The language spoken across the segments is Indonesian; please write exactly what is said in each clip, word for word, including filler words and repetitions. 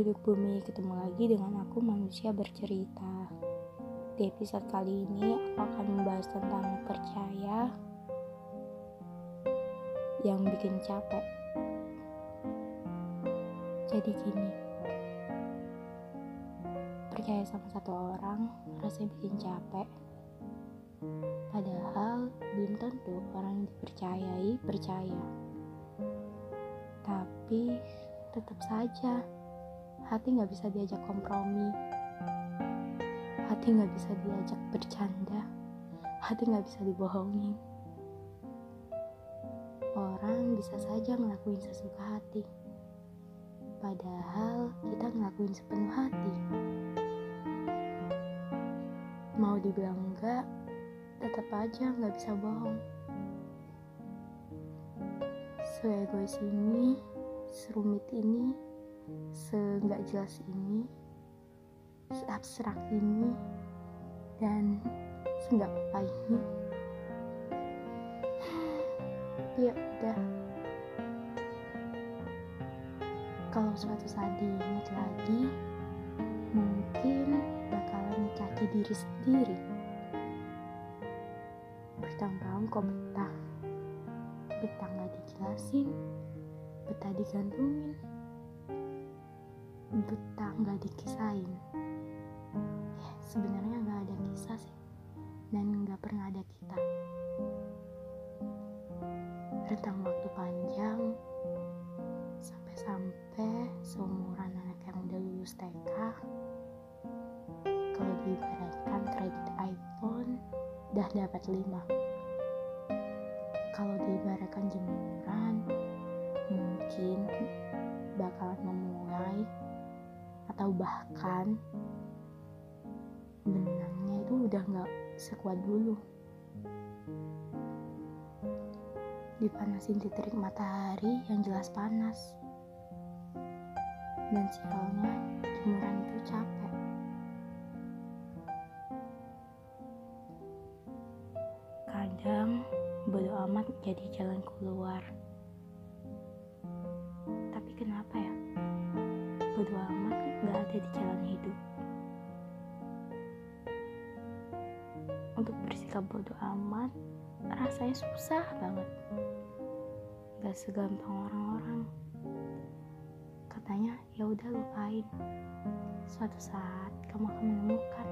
penduduk bumi, ketemu lagi dengan aku manusia bercerita. Di episode kali ini aku akan membahas tentang percaya yang bikin capek. Jadi gini, percaya sama satu orang rasanya bikin capek. Padahal belum tentu orang yang dipercayai percaya. Tapi tetap saja hati gak bisa diajak kompromi, hati gak bisa diajak bercanda, hati gak bisa dibohongin. Orang bisa saja ngelakuin sesuka hati, padahal kita ngelakuin sepenuh hati. Mau dibilang enggak, tetap aja gak bisa bohong. Se-egois ini, serumit ini, se-nggak jelas ini, se-abstrak ini, dan se-nggak apa ini. Ya udah, kalau suatu saat diingat lagi, mungkin bakalan mencaki diri sendiri. Bertahun-tahun kok betah, betah nggak dijelasin, betah digantungin, betah nggak dikisahin. Ya, sebenarnya nggak ada kisah sih, dan nggak pernah ada kita. Rentang waktu panjang, sampai-sampai seumuran anak yang udah lulus T K. Kalau diibaratkan kredit iPhone, dah dapat lima. Kalau diibaratkan jemuran, mungkin bakalan memulai atau bahkan benangnya itu udah gak sekuat dulu. Dipanasin di terik matahari yang jelas panas, dan sialnya jemuran itu capek. Kadang bodo amat jadi jalan keluar. Tapi kenapa ya? Bodo amat gak ada di jalan hidup. Untuk bersikap bodo amat rasanya susah banget. Gak segampang orang-orang. Katanya ya udah lupain. Suatu saat kamu akan menemukan.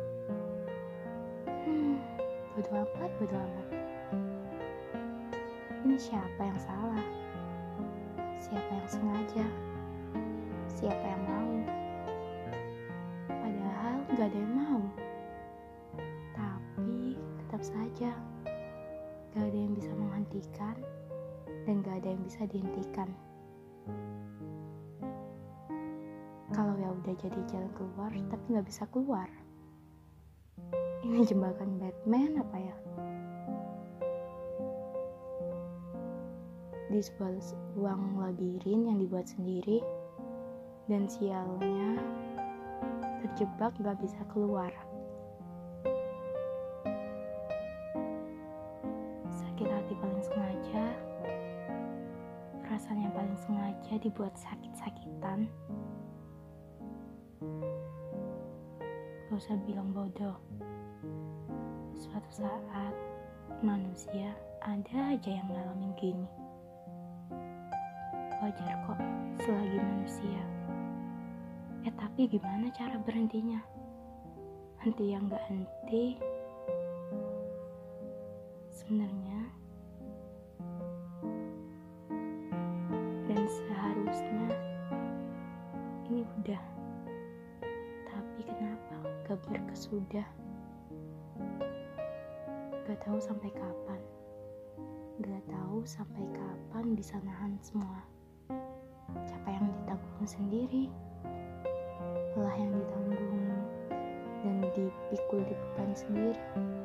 Hmm, bodo amat, bodo amat. Ini siapa yang salah? Siapa yang sengaja? Siapa yang mau? Padahal gak ada yang mau. Tapi tetap saja gak ada yang bisa menghentikan, dan gak ada yang bisa dihentikan. Kalau ya udah jadi jalan keluar tapi gak bisa keluar, ini jebakan Batman apa ya? Di sebuah ruang labirin yang dibuat sendiri, dan sialnya terjebak gak bisa keluar. Sakit hati paling sengaja, perasaan yang paling sengaja dibuat sakit-sakitan. Gak usah bilang bodoh. Suatu saat manusia ada aja yang ngalamin gini. Wajar kok selagi manusia. Eh tapi gimana cara berhentinya? Henti yang gak henti. Sebenarnya dan seharusnya ini udah. Tapi kenapa gak berkesudah? Gak tahu sampai kapan. Gak tahu sampai kapan bisa nahan semua. Capek yang ditanggung sendiri, lelah yang ditanggung dan dipikul di beban sendiri.